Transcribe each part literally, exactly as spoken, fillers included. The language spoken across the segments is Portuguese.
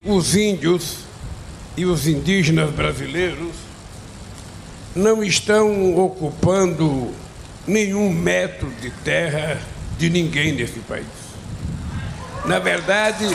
Os índios e os indígenas brasileiros não estão ocupando nenhum metro de terra de ninguém nesse país. Na verdade,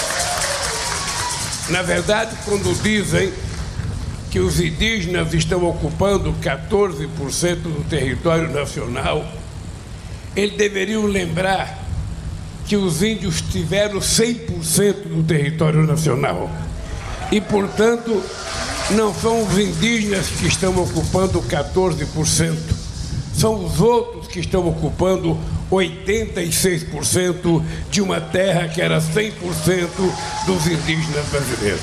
na verdade, quando dizem que os indígenas estão ocupando quatorze por cento do território nacional, eles deveriam lembrar que os índios tiveram cem por cento do território nacional. E, portanto, não são os indígenas que estão ocupando quatorze por cento, são os outros que estão ocupando oitenta e seis por cento de uma terra que era cem por cento dos indígenas brasileiros.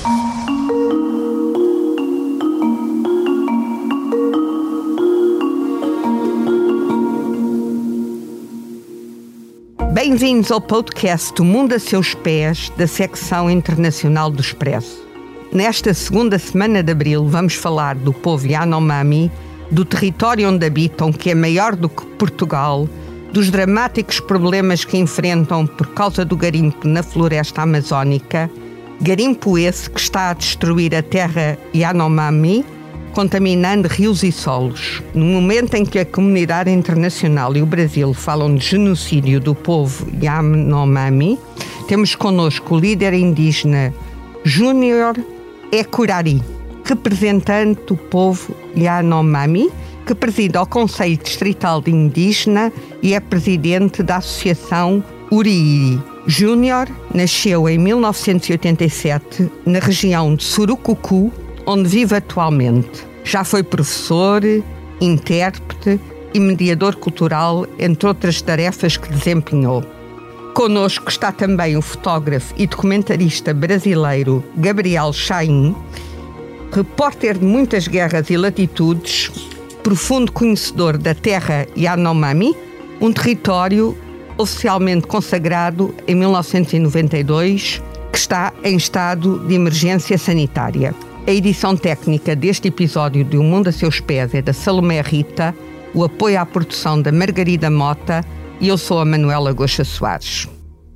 Bem-vindos ao podcast O Mundo a Seus Pés, da secção internacional do Expresso. Nesta segunda semana de abril vamos falar do povo Yanomami, do território onde habitam, que é maior do que Portugal, dos dramáticos problemas que enfrentam por causa do garimpo na floresta amazónica, garimpo esse que está a destruir a terra Yanomami, contaminando rios e solos. No momento em que a comunidade internacional e o Brasil falam de genocídio do povo Yanomami, temos connosco o líder indígena Júnior Ecurari, representante do povo Yanomami, que preside ao Conselho Distrital de Indígena e é presidente da Associação Uriiri. Júnior nasceu em mil novecentos e oitenta e sete na região de Surucucu, onde vive atualmente. Já foi professor, intérprete e mediador cultural, entre outras tarefas que desempenhou. Connosco está também o fotógrafo e documentarista brasileiro Gabriel Chaim, repórter de muitas guerras e latitudes, profundo conhecedor da terra Yanomami, um território oficialmente consagrado em mil novecentos e noventa e dois, que está em estado de emergência sanitária. A edição técnica deste episódio de O Mundo a Seus Pés é da Salomé Rita, o apoio à produção da Margarida Mota e eu sou a Manuela Goxa Soares.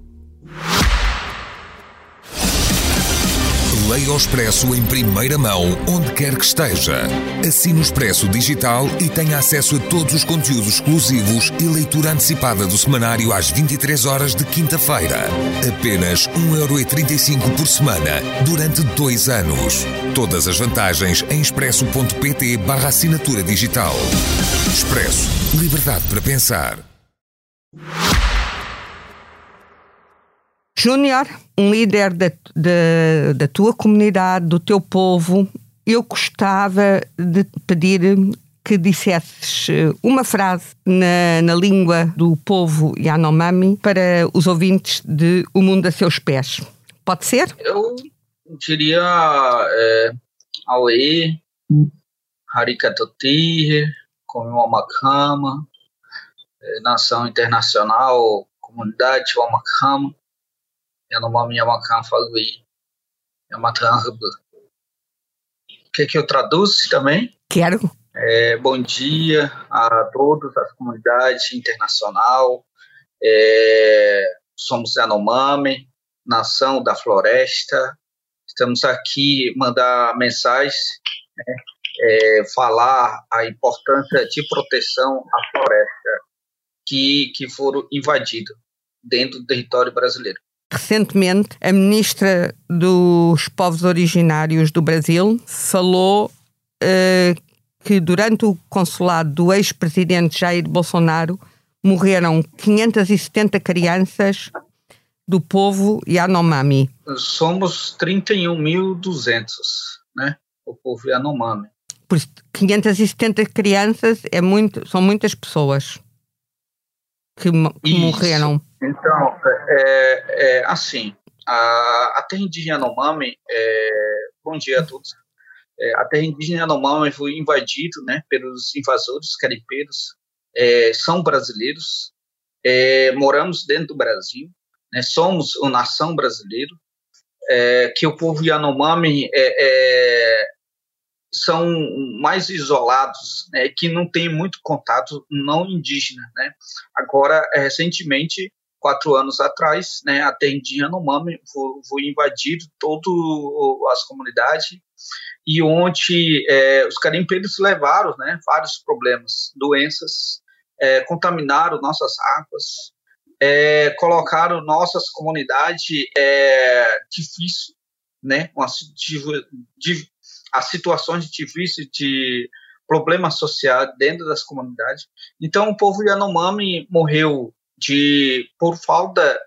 Leia o Expresso em primeira mão, onde quer que esteja. Assine o Expresso Digital e tenha acesso a todos os conteúdos exclusivos e leitura antecipada do semanário às vinte e três horas de quinta-feira. Apenas um euro e trinta e cinco por semana, durante dois anos. Todas as vantagens em expresso.pt barra assinatura digital. Expresso. Liberdade para pensar. Júnior, um líder da, da, da tua comunidade, do teu povo, eu gostava de te pedir que dissesses uma frase na, na língua do povo Yanomami para os ouvintes de O Mundo a Seus Pés. Pode ser? Eu diria é, Aue, Harikatoti, Komiwamakama, é, Nação Internacional, Comunidade Wamakama, Yanomami Yamakam Falui, Yamatanrubu. Quer que eu traduza também? Quero. É, bom dia a todas as comunidades internacional. É, somos Yanomami, Nação da Floresta. Estamos aqui mandar mensagens, né, é, falar a importância de proteção à floresta que, que foram invadidas dentro do território brasileiro. Recentemente, a ministra dos Povos Originários do Brasil falou uh, que durante o consulado do ex-presidente Jair Bolsonaro morreram quinhentas e setenta crianças do povo Yanomami. Somos trinta e um mil e duzentos, né? O povo Yanomami. Por quinhentas e setenta crianças é muito, são muitas pessoas que, que morreram. Então, é, é assim, a, a terra indígena Yanomami, é, bom dia a todos, é, a terra indígena Yanomami foi invadida, né, pelos invasores carimpeiros, é, são brasileiros, é, moramos dentro do Brasil, né, somos uma nação brasileira, é, que o povo Yanomami é, é, são mais isolados, né, que não tem muito contato não indígena, né. Agora, recentemente, quatro anos atrás, né, a terra indígena Yanomami foi, foi invadido todas as comunidades, e onde é, os garimpeiros levaram, né, vários problemas, doenças, é, contaminaram nossas águas, é, colocaram nossas comunidades é, difícil, né, uma, de, de, as situações difíceis de problemas sociais dentro das comunidades. Então, o povo Yanomami morreu de, por falta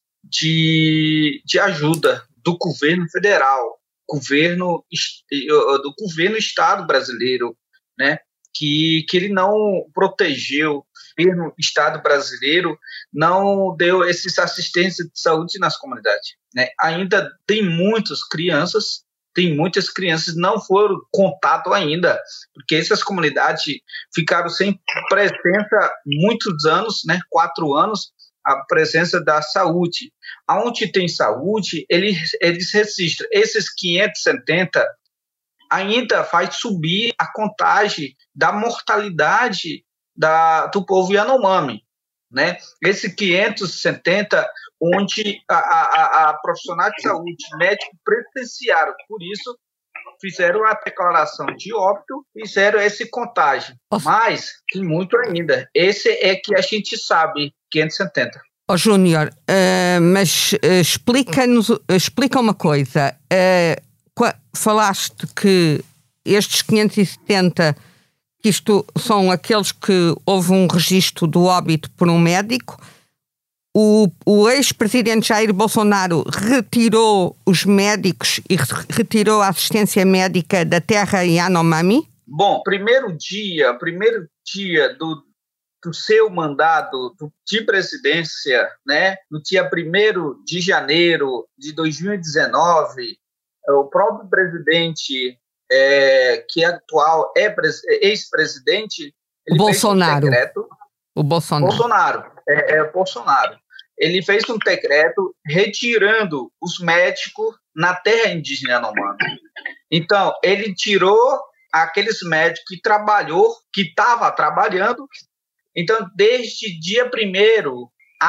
de, de ajuda do governo federal, governo, do governo Estado brasileiro, né? Que, que ele não protegeu, o governo Estado brasileiro não deu essa assistência de saúde nas comunidades, né? Ainda tem muitas crianças, tem muitas crianças que não foram contato ainda, porque essas comunidades ficaram sem presença muitos anos, né? Quatro anos, a presença da saúde. Aonde tem saúde, eles, eles registram. Esses quinhentos e setenta ainda faz subir a contagem da mortalidade da, do povo Yanomami, né? Esse quinhentos e setenta, onde a, a, a profissional de saúde, médico, presenciaram, por isso fizeram a declaração de óbito, fizeram esse contágio. Mas tem muito ainda. Esse é que a gente sabe, quinhentos e setenta. Ó oh, Júnior, uh, mas uh, explica-nos, uh, explica uma coisa. Uh, falaste que estes quinhentos e setenta, que isto são aqueles que houve um registro do óbito por um médico. O, o ex-presidente Jair Bolsonaro retirou os médicos e retirou a assistência médica da terra Yanomami? Bom, primeiro dia, primeiro dia do, do seu mandato de presidência, né, no dia primeiro de janeiro de dois mil e dezenove, o próprio presidente, é, que é atual é ex-presidente, ele Bolsonaro. fez um decreto. O Bolsonaro. Bolsonaro, é, é Bolsonaro. Ele fez um decreto retirando os médicos na terra indígena Yanomami. Então, ele tirou aqueles médicos que trabalhou, que estava trabalhando. Então, desde dia primeiro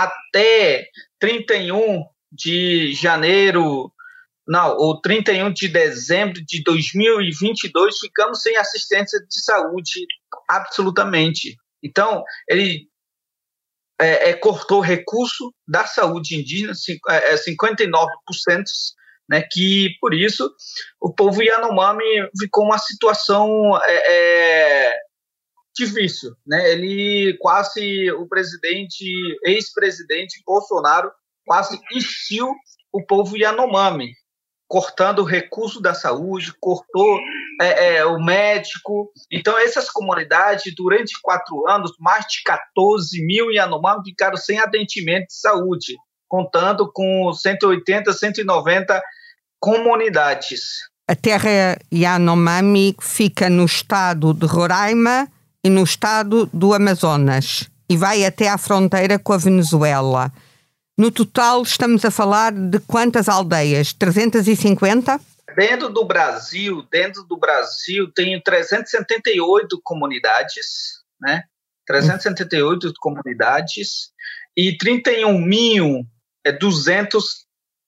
até trinta e um de janeiro, não, ou trinta e um de dezembro de dois mil e vinte e dois, ficamos sem assistência de saúde absolutamente. Então, ele é, é, cortou recurso da saúde indígena, cinquenta e nove por cento, né, que, por isso, o povo Yanomami ficou uma situação é, é, difícil. Né? Ele quase, o presidente, ex-presidente Bolsonaro, quase encheu o povo Yanomami, cortando o recurso da saúde, cortou é, é, o médico. Então, essas comunidades, durante quatro anos, mais de quatorze mil Yanomami ficaram sem atendimento de saúde, contando com cento e oitenta, cento e noventa comunidades. A terra Yanomami fica no estado de Roraima e no estado do Amazonas e vai até à fronteira com a Venezuela. No total, estamos a falar de quantas aldeias? trezentas e cinquenta? Dentro do Brasil, dentro do Brasil, tem trezentas e setenta e oito comunidades, né? trezentas e setenta e oito comunidades e trinta e um mil e duzentos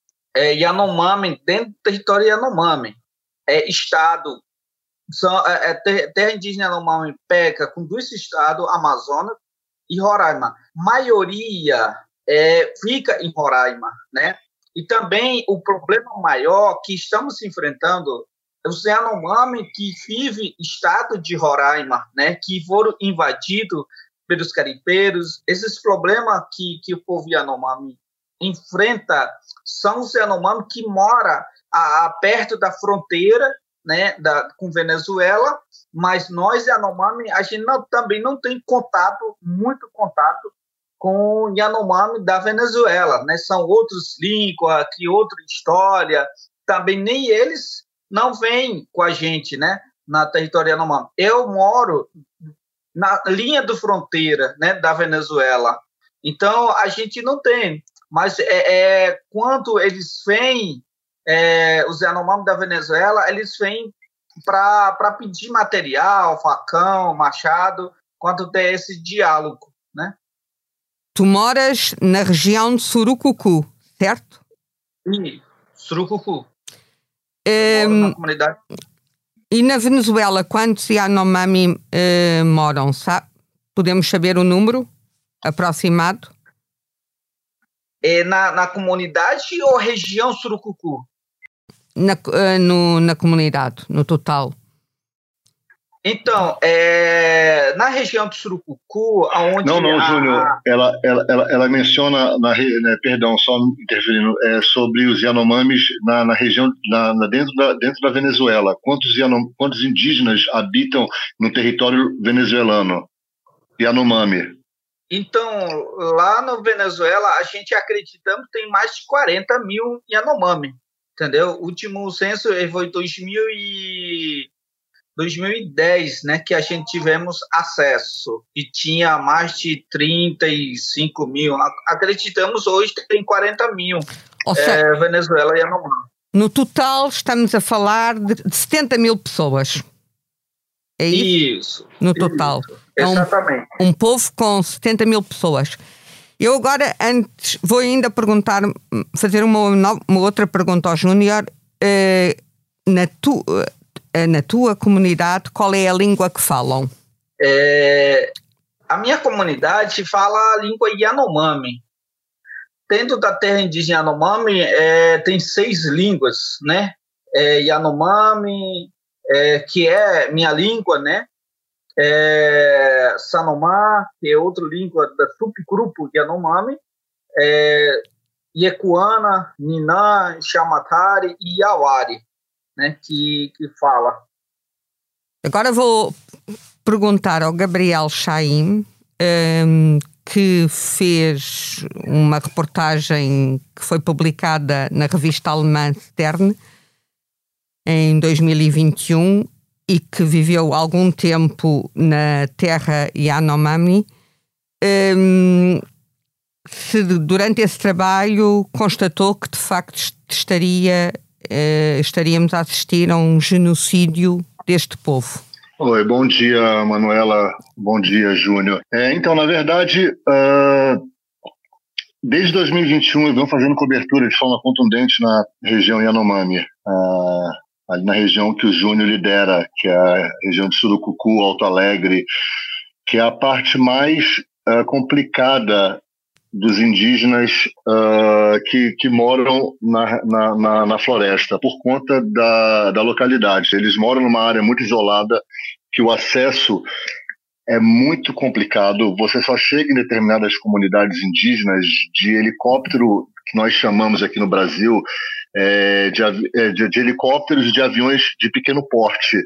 é, Yanomami dentro do território Yanomami. É, estado, são, é, é, terra indígena Yanomami pega com dois estados, Amazonas e Roraima. Maioria É, fica em Roraima, né? E também o problema maior que estamos enfrentando é os Yanomami que vivem no estado de Roraima, né? Que foram invadidos pelos garimpeiros. Esses problemas que, que o povo Yanomami enfrenta são os Yanomami que moram a, a, perto da fronteira, né? Da, com Venezuela, mas nós Yanomami a gente não, também não tem contato, muito contato com Yanomami da Venezuela, né? São outros línguas, que outra história, também nem eles não vêm com a gente, né? Na território Yanomami. Eu moro na linha de fronteira, né? Da Venezuela, então a gente não tem, mas é, é quando eles vêm, é, os Yanomami da Venezuela, eles vêm para pedir material, facão, machado, quando tem esse diálogo, né? Tu moras na região de Surucucu, certo? Sim, Surucucu. Um, Moro na comunidade. E na Venezuela, quantos Yanomami uh, moram? Sabe? Podemos saber o número aproximado? É na, na comunidade ou região Surucucu? Na, uh, no, na comunidade, no total. Então, é, na região de Surucucu, aonde... Não, não, a, Júnior, ela, ela, ela, ela menciona, na, né, perdão, só interferindo, é, sobre os Yanomamis na, na região, na, na dentro, da, dentro da Venezuela. Quantos, Yanom, quantos indígenas habitam no território venezuelano? Yanomami. Então, lá na Venezuela, a gente acreditamos que tem mais de quarenta mil Yanomami, entendeu? O último censo foi dois mil e dez, né, que a gente tivemos acesso, e tinha mais de trinta e cinco mil. Acreditamos hoje que tem quarenta mil. Ou seja, é, Venezuela e Yanomami. No total, estamos a falar de setenta mil pessoas. É isso? Isso. No total. Isso, exatamente. É um, um povo com setenta mil pessoas. Eu agora, antes, vou ainda perguntar, fazer uma, uma outra pergunta ao Júnior. Uh, na tua... na tua comunidade, qual é a língua que falam? É, a minha comunidade fala a língua Yanomami. Dentro da terra indígena Yanomami, é, tem seis línguas, né? É, Yanomami, é, que é minha língua, né? É, Sanomá, que é outra língua da subgrupo Yanomami. É, Yekuana, Ninã, Chamatari e Yawari. Né, que, que fala. Agora vou perguntar ao Gabriel Chaim, um, que fez uma reportagem que foi publicada na revista alemã Stern em dois mil e vinte e um e que viveu algum tempo na terra Yanomami. Um, se durante esse trabalho constatou que de facto estaria Uh, estaríamos a assistir a um genocídio deste povo. Oi, bom dia, Manuela. Bom dia, Júnior. É, então, na verdade, uh, desde dois mil e vinte e um eu venho fazendo cobertura de forma contundente na região Yanomami, uh, ali na região que o Júnior lidera, que é a região de Surucucu, Alto Alegre, que é a parte mais uh, complicada dos indígenas uh, que, que moram na, na, na, na floresta, por conta da, da localidade. Eles moram numa área muito isolada, que o acesso é muito complicado. Você só chega em determinadas comunidades indígenas de helicóptero, que nós chamamos aqui no Brasil, é, de, de, de helicópteros de aviões de pequeno porte.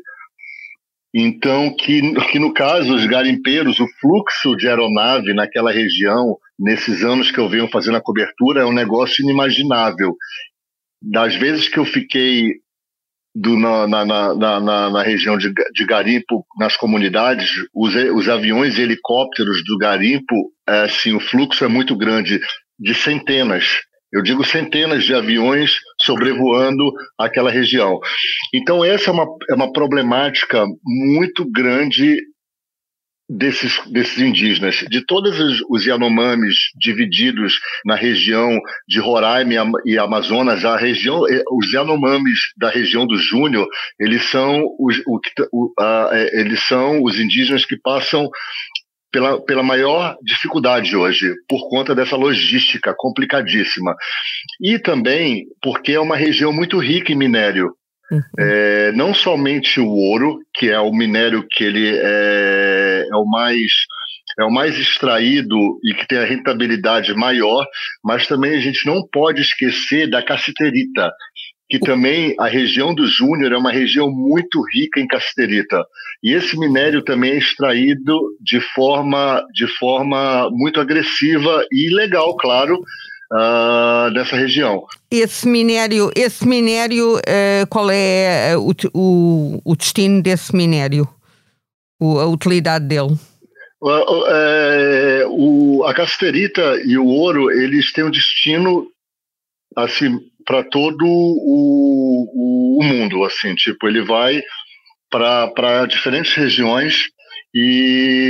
Então, que, que no caso, os garimpeiros, o fluxo de aeronave naquela região, nesses anos que eu venho fazendo a cobertura, é um negócio inimaginável. Das vezes que eu fiquei do, na, na, na, na, na região de, de garimpo, nas comunidades, os, os aviões e helicópteros do garimpo, é, assim, o fluxo é muito grande, de centenas. Eu digo centenas de aviões sobrevoando aquela região. Então essa é uma, é uma problemática muito grande desses, desses indígenas. De todos os, os Yanomamis divididos na região de Roraima e Amazonas, a região, os Yanomamis da região do Júnior, eles são os, o, o, a, eles são os indígenas que passam Pela, pela maior dificuldade hoje, por conta dessa logística complicadíssima. E também porque é uma região muito rica em minério. Uhum. É, não somente o ouro, que é o minério que ele é, é, o mais, é o mais extraído e que tem a rentabilidade maior, mas também a gente não pode esquecer da cassiterita, que também a região do Júnior é uma região muito rica em cassiterita. E esse minério também é extraído de forma, de forma muito agressiva e ilegal, claro, uh, dessa região. Esse minério, esse minério uh, qual é o, o, o destino desse minério? O, a utilidade dele? Uh, é, o, a cassiterita e o ouro, eles têm um destino assim, para todo o, o, o mundo, assim, tipo, ele vai para diferentes regiões e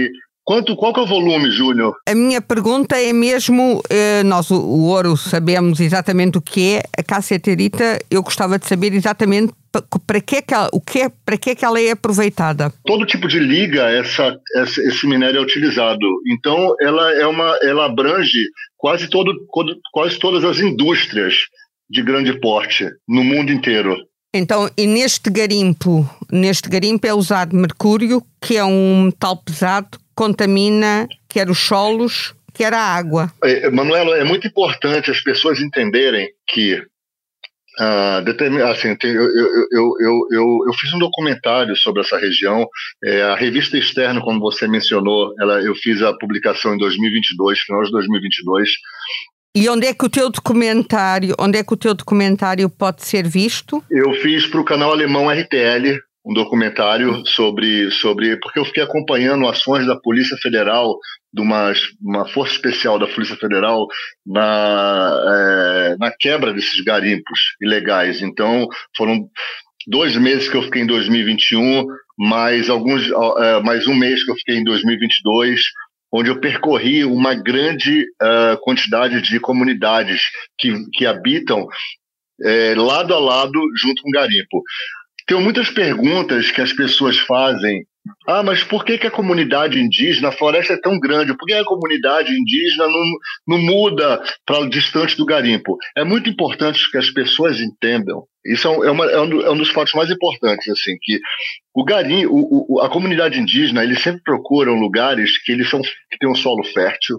Quanto, qual que é o volume, Júnior? A minha pergunta é mesmo, nós o, o ouro sabemos exatamente o que é, a cassiterita eu gostava de saber exatamente para que é que ela, o que é, para que é que ela é aproveitada. Todo tipo de liga essa, essa, esse minério é utilizado. Então ela, é uma, ela abrange quase, todo, quase todas as indústrias de grande porte no mundo inteiro. Então, e neste garimpo, neste garimpo é usado mercúrio, que é um metal pesado, contamina quer os solos, quer a água. É, Manuela, é muito importante as pessoas entenderem que uh, determin... assim, tem, eu, eu, eu, eu, eu, eu fiz um documentário sobre essa região, é, a revista Externo, como você mencionou, ela, eu fiz a publicação em dois mil e vinte e dois, final de dois mil e vinte e dois. E onde é que o teu documentário, onde é que o teu documentário pode ser visto? Eu fiz para o canal alemão R T L um documentário sobre, sobre... Porque eu fiquei acompanhando ações da Polícia Federal, de uma, uma força especial da Polícia Federal, na, é, na quebra desses garimpos ilegais. Então, foram dois meses que eu fiquei em dois mil e vinte e um, mais, alguns, é, mais um mês que eu fiquei em dois mil e vinte e dois, onde eu percorri uma grande uh, quantidade de comunidades que, que habitam é, lado a lado junto com o garimpo. Tem muitas perguntas que as pessoas fazem. Ah, mas por que, que a comunidade indígena, a floresta é tão grande, por que a comunidade indígena não, não muda para distante do garimpo? É muito importante que as pessoas entendam. Isso é, uma, é, um, é um dos fatos mais importantes, assim, que o garimpo, o, o, a comunidade indígena, eles sempre procuram lugares que eles são, que têm um solo fértil,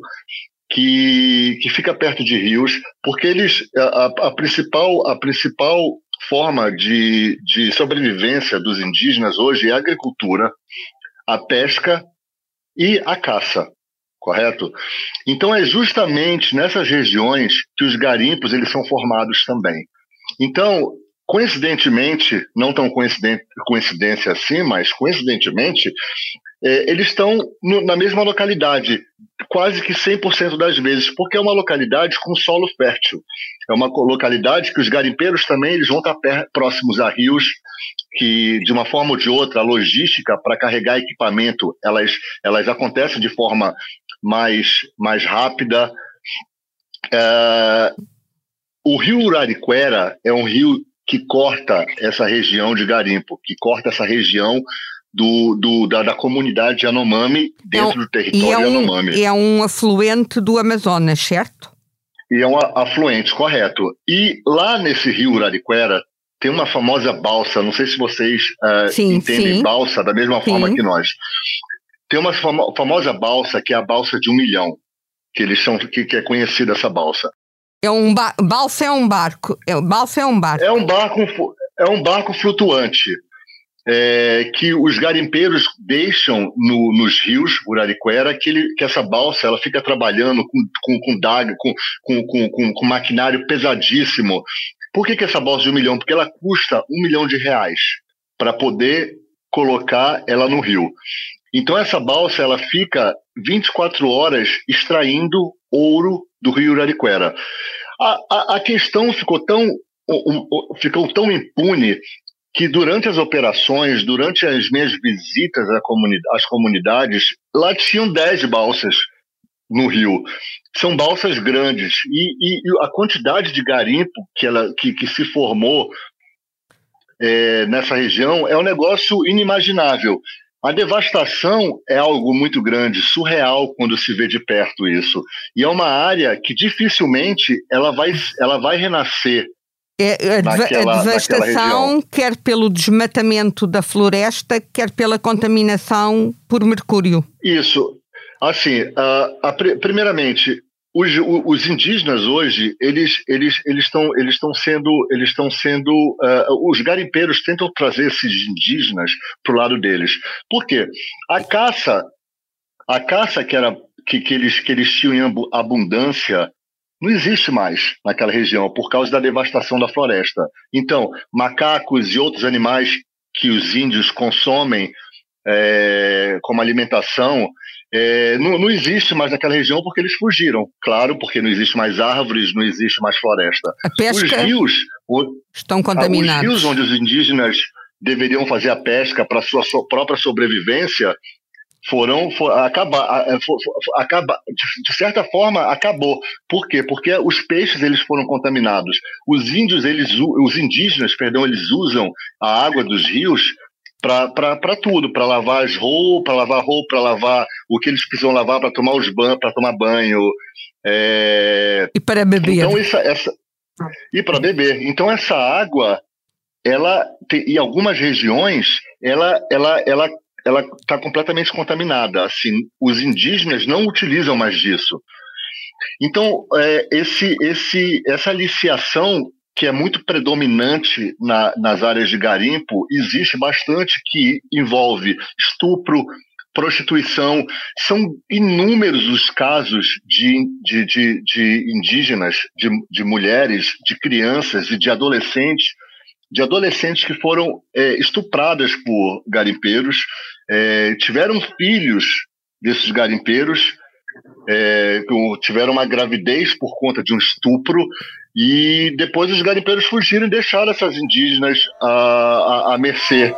que, que fica perto de rios, porque eles, a, a principal, a principal forma de, de sobrevivência dos indígenas hoje é a agricultura, a pesca e a caça, correto? Então é justamente nessas regiões que os garimpos eles são formados também. Então, coincidentemente, não tão coincidente, coincidência assim, mas coincidentemente, é, eles estão no, na mesma localidade, quase que cem por cento das vezes, porque é uma localidade com solo fértil. É uma localidade que os garimpeiros também eles vão estar per, próximos a rios, que de uma forma ou de outra, a logística para carregar equipamento, elas, elas acontecem de forma mais, mais rápida. É, o rio Urariquera é um rio que corta essa região de garimpo, que corta essa região do, do, da, da comunidade Yanomami dentro é um, do território é um, Yanomami. É um afluente do Amazonas, certo? E é um afluente, correto. E lá nesse rio Urariquera tem uma famosa balsa, não sei se vocês uh, sim, entendem sim. balsa da mesma sim. forma que nós. Tem uma famo- famosa balsa que é a balsa de um milhão, que, eles são, que, que é conhecida essa balsa. É um ba- balsa é um barco. É, balsa é um barco. É um barco, é um barco flutuante. É, que os garimpeiros deixam no, nos rios Urariquera, que, ele, que essa balsa ela fica trabalhando com, com, com, daga, com, com, com, com, com maquinário pesadíssimo. Por que, que essa balsa de um milhão? Porque ela custa um milhão de reais para poder colocar ela no rio. Então essa balsa ela fica vinte e quatro horas extraindo ouro do rio Urariquera. A, a, a questão ficou tão, um, um, ficou tão impune que durante as operações, durante as minhas visitas à comuni- às comunidades, lá tinham dez balsas no rio. São balsas grandes. E, e, e a quantidade de garimpo que, ela, que, que se formou é, nessa região é um negócio inimaginável. A devastação é algo muito grande, surreal quando se vê de perto isso. E é uma área que dificilmente ela vai, ela vai renascer. É, a, naquela, a devastação, quer pelo desmatamento da floresta, quer pela contaminação por mercúrio. Isso. Assim, uh, a, primeiramente, os, os indígenas hoje, eles eles eles estão eles estão sendo eles estão sendo uh, os garimpeiros tentam trazer esses indígenas para o lado deles. Por quê? A caça, a caça que era que, que eles que eles tinham em abundância não existe mais naquela região por causa da devastação da floresta. Então, macacos e outros animais que os índios consomem é, como alimentação é, não, não existe mais naquela região porque eles fugiram. Claro, porque não existe mais árvores, não existe mais floresta. A pesca os rios estão contaminados. Os rios onde os indígenas deveriam fazer a pesca para a sua, sua própria sobrevivência foram, foram acabar, for, for, acaba, de, de certa forma acabou. Por quê? Porque os peixes eles foram contaminados. Os índios, eles, os indígenas, perdão, eles usam a água dos rios para tudo, para lavar as roupas, para lavar roupa, para lavar o que eles precisam lavar para tomar os banhos, para tomar banho. É... E para beber. Então, essa, essa... E para beber. Então essa água, ela tem, em algumas regiões, ela ela ela ela está completamente contaminada. Assim, os indígenas não utilizam mais disso. Então, é, esse, esse, essa aliciação, que é muito predominante na, nas áreas de garimpo, existe bastante, que envolve estupro, prostituição. São inúmeros os casos de, de, de, de indígenas, de, de mulheres, de crianças e de adolescentes, de adolescentes que foram é, estupradas por garimpeiros, é, tiveram filhos desses garimpeiros, é, tiveram uma gravidez por conta de um estupro, e depois os garimpeiros fugiram e deixaram essas indígenas à, à, à mercê.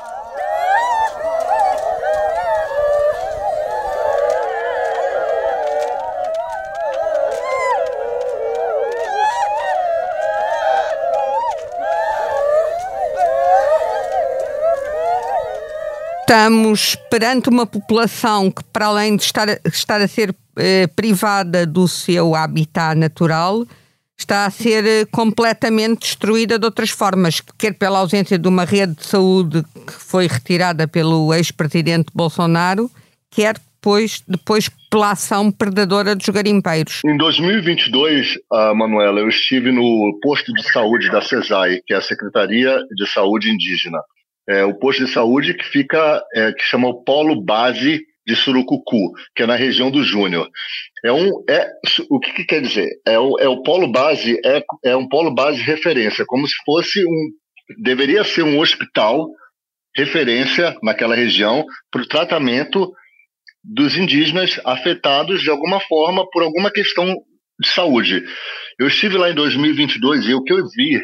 Estamos perante uma população que, para além de estar, estar a ser eh, privada do seu habitat natural, está a ser eh, completamente destruída de outras formas, quer pela ausência de uma rede de saúde que foi retirada pelo ex-presidente Bolsonaro, quer depois, depois pela ação predadora dos garimpeiros. Em dois mil e vinte e dois, uh, Manuela, eu estive no posto de saúde da CESAI, que é a Secretaria de Saúde Indígena. É o posto de saúde que fica, é, que chama o Polo Base de Surucucu, que é na região do Júnior. É um, é, o que, que quer dizer? É o, é o Polo Base, é, é um Polo Base de referência, como se fosse um, deveria ser um hospital referência naquela região para o tratamento dos indígenas afetados de alguma forma por alguma questão de saúde. Eu estive lá em dois mil e vinte e dois e o que eu vi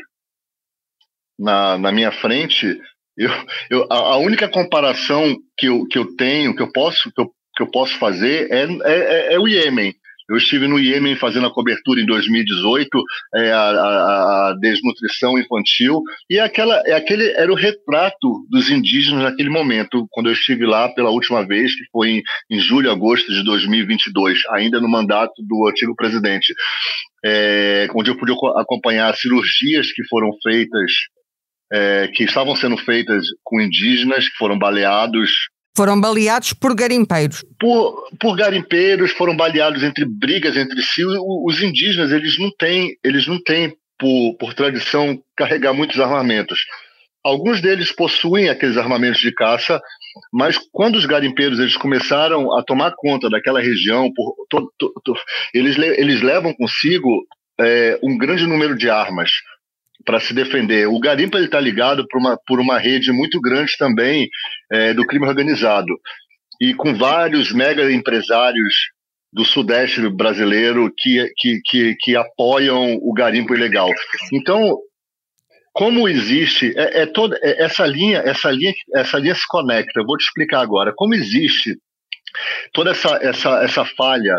na, na minha frente... Eu, eu, a única comparação que eu, que eu tenho, que eu posso, que eu, que eu posso fazer é, é, é o Iêmen. Eu estive no Iêmen fazendo a cobertura em dois mil e dezoito, é, a, a, a desnutrição infantil, e aquela, é aquele era o retrato dos indígenas naquele momento, quando eu estive lá pela última vez, que foi em, em julho, agosto de dois mil e vinte e dois, ainda no mandato do antigo presidente, é, onde eu pude acompanhar cirurgias que foram feitas, É, que estavam sendo feitas com indígenas que foram baleados. Foram baleados por garimpeiros. Por, por garimpeiros, foram baleados entre brigas entre si. Os indígenas, eles não têm, eles não têm por, por tradição, carregar muitos armamentos. Alguns deles possuem aqueles armamentos de caça, mas quando os garimpeiros eles começaram a tomar conta daquela região, por, to, to, to, eles, eles levam consigo é, um grande número de armas para se defender. O garimpo está ligado por uma, por uma rede muito grande também é, do crime organizado, e com vários mega empresários do sudeste brasileiro que, que, que, que apoiam o garimpo ilegal. Então, como existe é, é toda é, essa linha, essa linha, essa linha se conecta. Eu vou te explicar agora como existe toda essa, essa, essa falha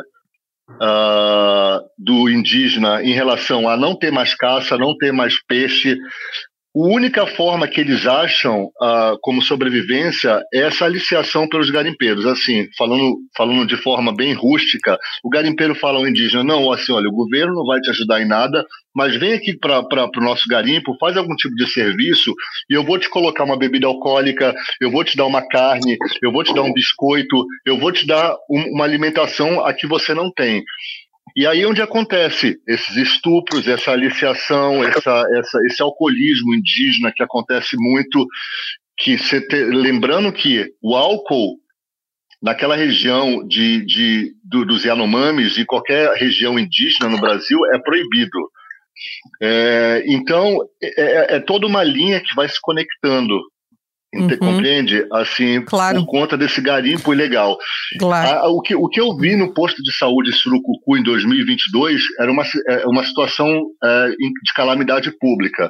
Uh, do indígena em relação a não ter mais caça, não ter mais peixe. A única forma que eles acham uh, como sobrevivência é essa aliciação pelos garimpeiros. Assim, falando, falando de forma bem rústica, o garimpeiro fala ao indígena: não, assim, olha, o governo não vai te ajudar em nada, mas vem aqui para o nosso garimpo, faz algum tipo de serviço e eu vou te colocar uma bebida alcoólica, eu vou te dar uma carne, eu vou te dar um biscoito, eu vou te dar um, uma alimentação a que você não tem. E aí onde acontece esses estupros, essa aliciação, essa, essa, esse alcoolismo indígena que acontece muito, que você te, lembrando que o álcool naquela região de, de, do, dos Yanomamis e qualquer região indígena no Brasil é proibido. É, então é, é toda uma linha que vai se conectando. Uhum. Compreende? Assim, claro. Por conta desse garimpo ilegal. Claro. A, o, que, o que eu vi no posto de saúde Surucucu em dois mil e vinte e dois era uma, uma situação é, de calamidade pública.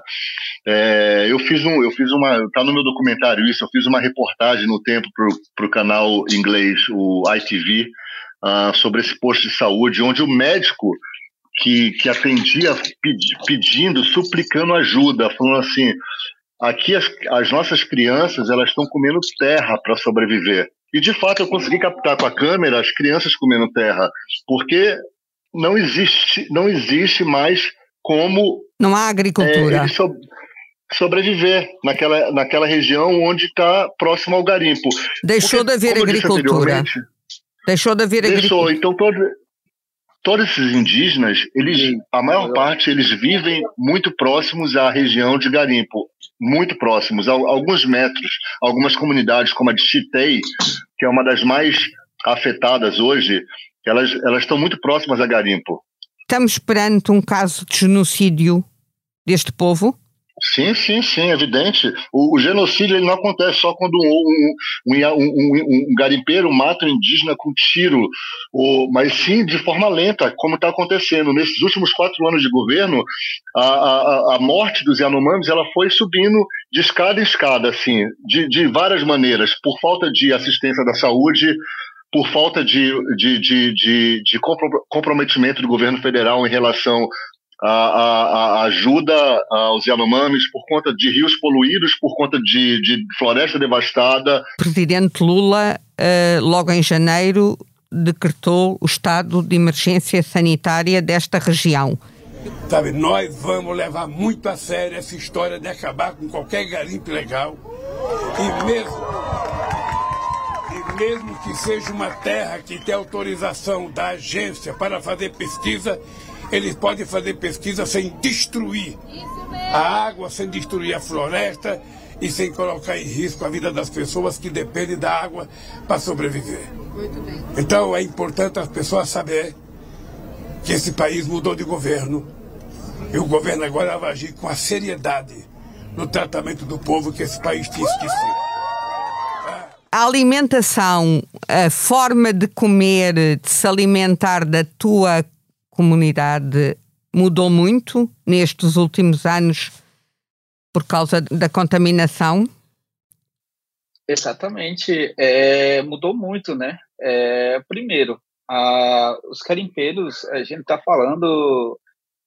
É, eu fiz um, eu fiz uma, tá no meu documentário isso, eu fiz uma reportagem no tempo para o canal inglês, o I T V, uh, sobre esse posto de saúde, onde o médico que, que atendia pedi, pedindo, suplicando ajuda, falando assim, aqui as, as nossas crianças elas estão comendo terra para sobreviver. E de fato eu consegui captar com a câmera as crianças comendo terra, porque não existe, não existe mais como... Não há agricultura. É, eles so, sobreviver naquela, naquela região onde está próximo ao garimpo. Deixou porque, de haver agricultura. Deixou de haver Deixou. agricultura. Então todo, todos esses indígenas, eles, a maior parte, eles vivem muito próximos à região de garimpo. Muito próximos, a alguns metros. Algumas comunidades, como a de Chitei, que é uma das mais afetadas hoje, elas, elas estão muito próximas a garimpo. Estamos perante um caso de genocídio deste povo? Sim, sim, sim, evidente. O, o genocídio ele não acontece só quando um, um, um, um, um garimpeiro mata um indígena com tiro, ou, mas sim de forma lenta, como está acontecendo. Nesses últimos quatro anos de governo, a, a, a morte dos Yanomamis ela foi subindo de escada em escada, assim, de, de várias maneiras, por falta de assistência da saúde, por falta de, de, de, de, de comprometimento do governo federal em relação à, à, à ajuda aos Yanomamis, por conta de rios poluídos, por conta de, de floresta devastada. O presidente Lula, uh, logo em janeiro, decretou o estado de emergência sanitária desta região. Sabe, nós vamos levar muito a sério essa história de acabar com qualquer garimpo ilegal e mesmo... mesmo que seja uma terra que tem autorização da agência para fazer pesquisa, eles podem fazer pesquisa sem destruir a água, sem destruir a floresta e sem colocar em risco a vida das pessoas que dependem da água para sobreviver. Muito bem. Então é importante as pessoas saberem que esse país mudou de governo e o governo agora vai agir com a seriedade no tratamento do povo que esse país tinha esquecido. A alimentação, a forma de comer, de se alimentar da tua comunidade mudou muito nestes últimos anos por causa da contaminação? Exatamente, é, mudou muito, né? É, primeiro, a, os garimpeiros, a gente está falando,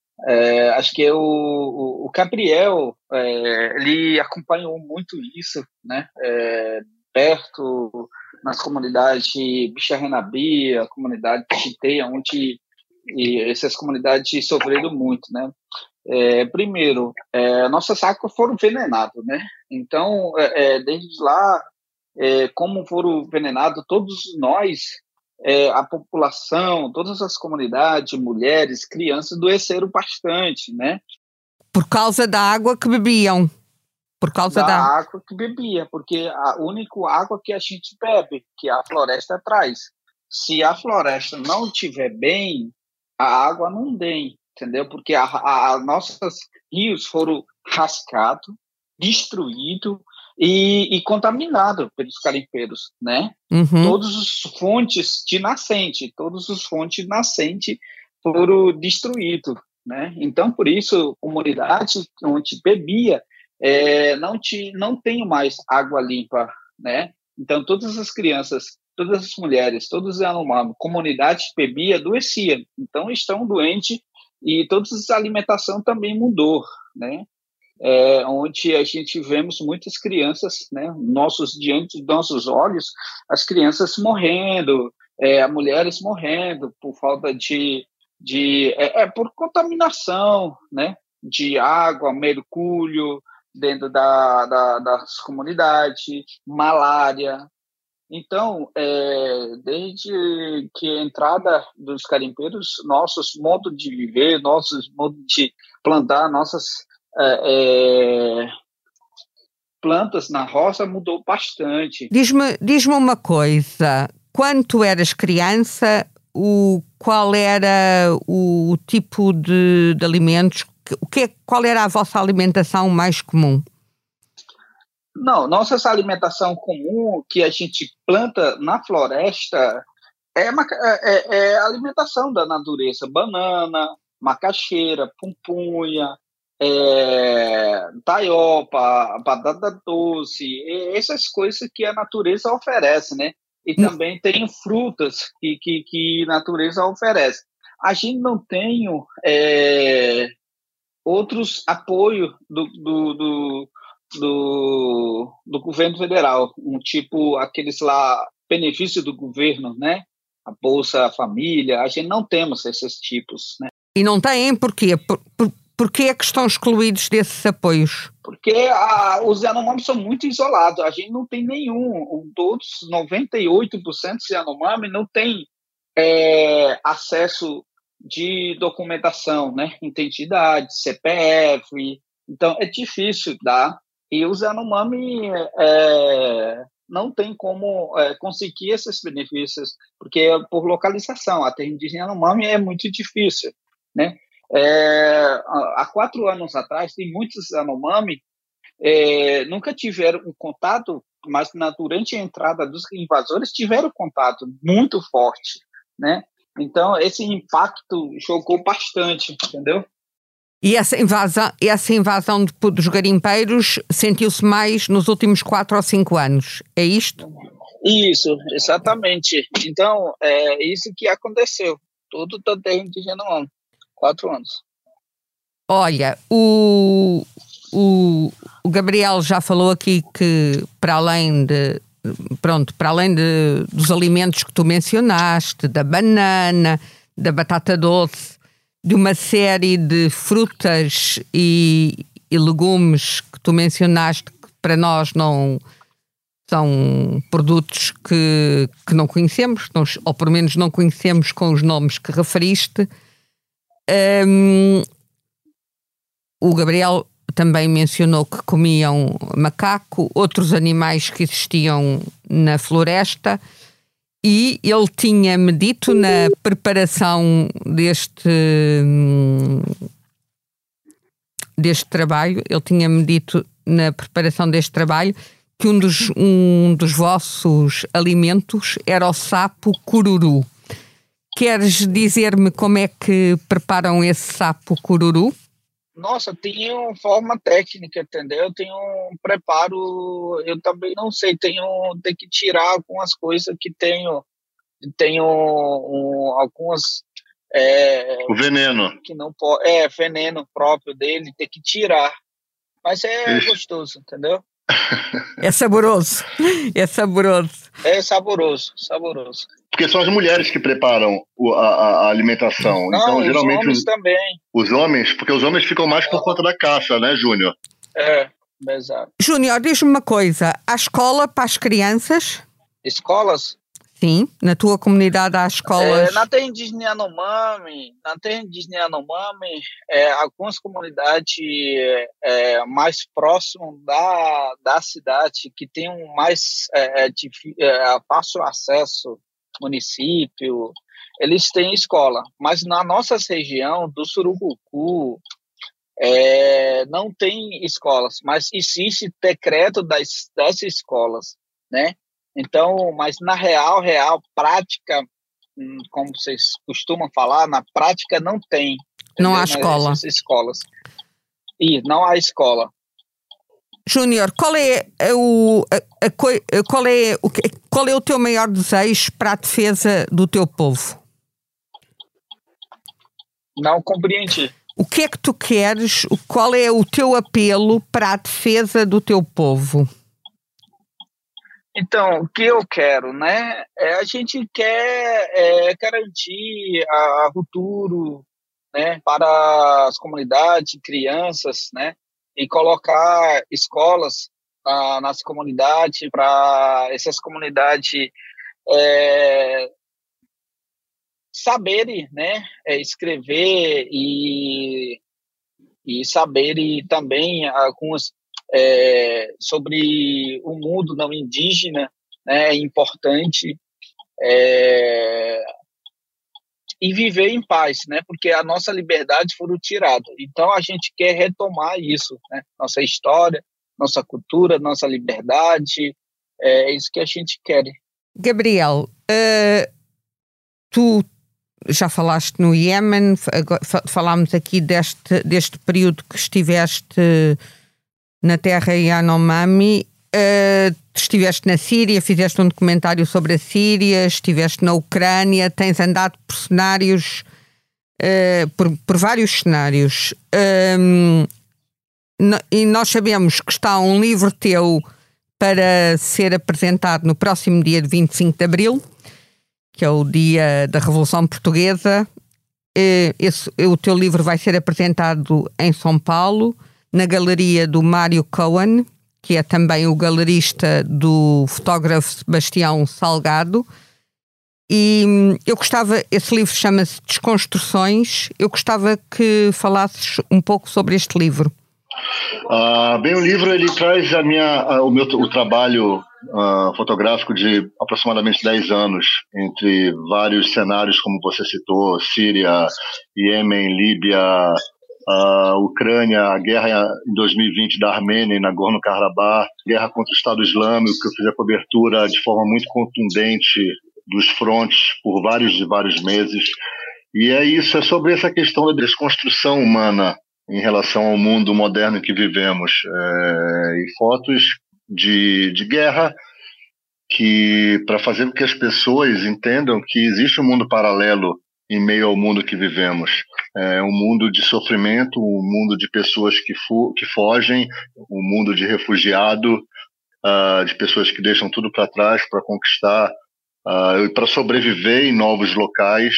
é, acho que é o, o, o Gabriel, é, ele acompanhou muito isso, né? É, perto, nas comunidades de Bixarrenabi, a comunidade de Chiteia, onde e essas comunidades sofreram muito, né? É, primeiro, é, nossas águas foram envenenadas, né? Então, é, desde lá, é, como foram envenenados, todos nós, é, a população, todas as comunidades, mulheres, crianças, adoeceram bastante, né? Por causa da água que bebiam. Por causa da, da água que bebia, porque a única água que a gente bebe, que a floresta traz. Se a floresta não estiver bem, a água não vem, entendeu? Porque a, a, a nossos rios foram rascados, destruídos e, e contaminados pelos garimpeiros, né? Uhum. Todas as fontes de nascente, todas as fontes de nascente foram destruídas, né? Então, por isso, a comunidade onde bebia É, não, te, não tenho mais água limpa, né? Então, todas as crianças, todas as mulheres, todos os Yanomami, comunidade bebia, adoecia. Então, estão doentes e toda a alimentação também mudou, né? É, onde a gente vemos muitas crianças, né? Nossos, diante dos nossos olhos, as crianças morrendo, é, as mulheres morrendo por falta de... de é, é, por contaminação, né? De água, mercúrio, dentro da, da, das comunidades, malária. Então, é, desde que a entrada dos garimpeiros, nossos modos de viver, nossos modos de plantar, nossas é, é, plantas na roça mudou bastante. Diz-me, diz-me uma coisa, quando tu eras criança, o, qual era o, o tipo de, de alimentos? O que, qual era a vossa alimentação mais comum? Não, nossa alimentação comum que a gente planta na floresta é, uma, é, é a alimentação da natureza. Banana, macaxeira, pupunha, é, taiopa, batata doce, essas coisas que a natureza oferece, né? E também tem frutas que, que, que a natureza oferece. A gente não tem é, outros apoios do, do, do, do, do governo federal, um tipo aqueles lá, benefícios do governo, né? A Bolsa Família, a gente não temos esses tipos, né? E não têm porquê? Por, por, porquê é que estão excluídos desses apoios? Porque a, os Yanomami são muito isolados, a gente não tem nenhum, todos, noventa e oito por cento dos Yanomami não tem é, acesso de documentação, né? Identidade, C P F, então é difícil dar, e os Yanomami é, não tem como é, conseguir esses benefícios, porque é por localização, a terra indígena Yanomami é muito difícil, né? É, há quatro anos atrás, tem muitos Yanomami é, nunca tiveram um contato, mas na, durante a entrada dos invasores tiveram contato muito forte, né? Então, esse impacto chocou bastante, entendeu? E essa invasão, essa invasão de, dos garimpeiros sentiu-se mais nos últimos quatro ou cinco anos, é isto? Isso, exatamente. Então, é isso que aconteceu. Tudo da terra indígena, quatro anos. Olha, o, o, o Gabriel já falou aqui que, para além de, pronto, para além de, dos alimentos que tu mencionaste, da banana, da batata doce, de uma série de frutas e, e legumes que tu mencionaste que para nós não são produtos que, que não conhecemos, não, ou pelo menos não conhecemos com os nomes que referiste. Um, o Gabriel também mencionou que comiam macaco, outros animais que existiam na floresta, e ele tinha-me dito na preparação deste, deste trabalho, ele tinha-me dito na preparação deste trabalho que um dos, um dos vossos alimentos era o sapo cururu. Queres dizer-me como é que preparam esse sapo cururu? Nossa, tem uma forma técnica, entendeu? Tem um preparo, eu também não sei, tenho, tenho que tirar algumas coisas que tenho, tenho um, algumas... É, o veneno. Que não pode, é, veneno próprio dele, tem que tirar. Mas é Isso. Gostoso, entendeu? É saboroso, é saboroso. É saboroso, saboroso. Porque são as mulheres que preparam o, a, a alimentação. Não, então, os geralmente, homens os, também. Os homens, porque os homens ficam mais por conta da caça, né, Júnior? É, exato. Júnior, diz-me uma coisa, há escola para as crianças? Escolas? Sim, na tua comunidade há escolas? É, na terra indígena Yanomami, na terra indígena Yanomami, é, algumas comunidades é, mais próximas da, da cidade, que tem um mais é, de, é, fácil acesso, município, eles têm escola. Mas na nossa região do Surucucu, é, não tem escolas, mas existe decreto das, das escolas, né? Então, mas na real, real, prática, como vocês costumam falar, na prática não tem. Não há escola. Essas escolas. E não há escola. Júnior, qual é o, a, a, qual é o qual é o teu maior desejo para a defesa do teu povo? Não compreendi. O que é que tu queres? Qual é o teu apelo para a defesa do teu povo? Então, o que eu quero, né? É, a gente quer é, garantir a, a futuro, né, para as comunidades, crianças, né? E colocar escolas ah, nas comunidades para essas comunidades é, saberem, né, é, escrever e, e saberem também algumas É, sobre o mundo não indígena, né, é importante, é, e viver em paz, né, porque a nossa liberdade foi tirada. Então a gente quer retomar isso, né, nossa história, nossa cultura, nossa liberdade. É isso que a gente quer. Gabriel, uh, tu já falaste no Iémen, falámos aqui deste, deste período que estiveste na terra Yanomami, uh, estiveste na Síria, fizeste um documentário sobre a Síria, estiveste na Ucrânia, tens andado por cenários, uh, por, por vários cenários. Um, no, e nós sabemos que está um livro teu para ser apresentado no próximo dia de vinte e cinco de Abril, que é o dia da Revolução Portuguesa. Esse, o teu livro vai ser apresentado em São Paulo, na galeria do Mário Cohen, que é também o galerista do fotógrafo Sebastião Salgado. E eu gostava, esse livro chama-se Desconstruções, eu gostava que falasses um pouco sobre este livro. Uh, bem, o livro ele traz a minha, a, o meu o trabalho uh, fotográfico de aproximadamente dez anos, entre vários cenários, como você citou, Síria, Iêmen, Líbia, uh, Ucrânia, a guerra em dois mil e vinte da Armênia e Nagorno-Karabakh, guerra contra o Estado Islâmico, que eu fiz a cobertura de forma muito contundente dos frontes por vários e vários meses. E é isso, é sobre essa questão da desconstrução humana em relação ao mundo moderno em que vivemos. É, e fotos de, de guerra que, para fazer com que as pessoas entendam que existe um mundo paralelo em meio ao mundo que vivemos. É um mundo de sofrimento, um mundo de pessoas que, fu- que fogem, um mundo de refugiado, uh, de pessoas que deixam tudo para trás para conquistar, uh, para sobreviver em novos locais.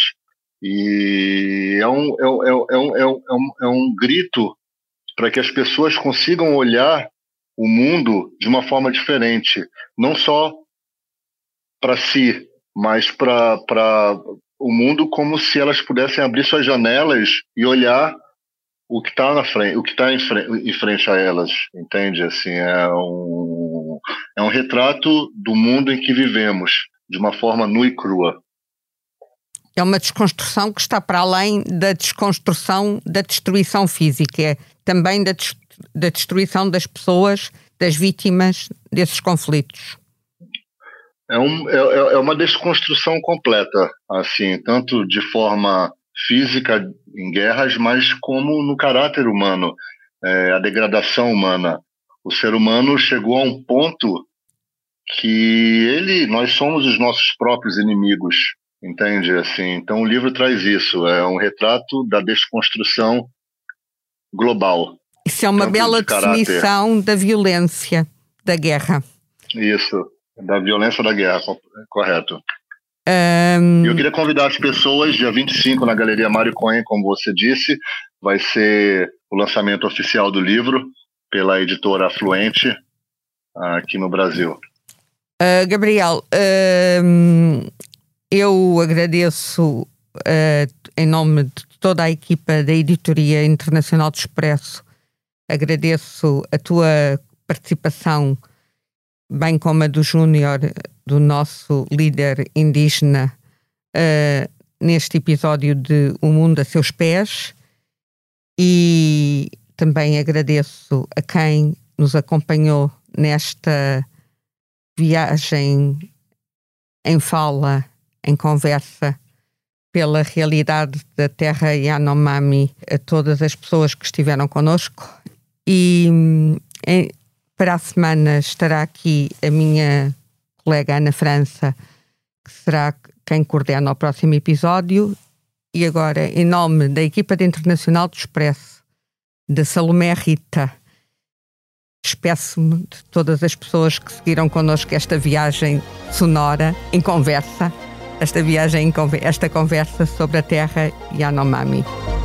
E é um, é um, é um, é um, é um, é um grito para que as pessoas consigam olhar o mundo de uma forma diferente, não só para si, mas para o mundo como se elas pudessem abrir suas janelas e olhar o que está na frente, o que está em, em frente a elas, entende? Assim, é um, é um retrato do mundo em que vivemos, de uma forma nua e crua. É uma desconstrução que está para além da desconstrução da destruição física, é também da, des- da destruição das pessoas, das vítimas desses conflitos. É, um, é, é uma desconstrução completa, assim, tanto de forma física em guerras, mas como no caráter humano, é, a degradação humana. O ser humano chegou a um ponto que ele, nós somos os nossos próprios inimigos. Entende? Assim, então o livro traz isso, é um retrato da desconstrução global. Isso é uma bela definição da violência da guerra. Isso, da violência da guerra, correto. Um... Eu queria convidar as pessoas, dia vinte e cinco, na Galeria Mário Cohen, como você disse, vai ser o lançamento oficial do livro pela editora Afluente, aqui no Brasil. Uh, Gabriel, uh... eu agradeço, uh, em nome de toda a equipa da Editoria Internacional do Expresso, agradeço a tua participação, bem como a do Júnior, do nosso líder indígena, uh, neste episódio de O Mundo a Seus Pés, e também agradeço a quem nos acompanhou nesta viagem em fala, em conversa pela realidade da terra Yanomami, a todas as pessoas que estiveram connosco. E em, para a semana estará aqui a minha colega Ana França, que será quem coordena o próximo episódio. E agora, em nome da equipa de Internacional do Expresso, da Salomé Rita, despeço-me de todas as pessoas que seguiram connosco esta viagem sonora em conversa. Esta viagem, esta conversa sobre a terra Yanomami.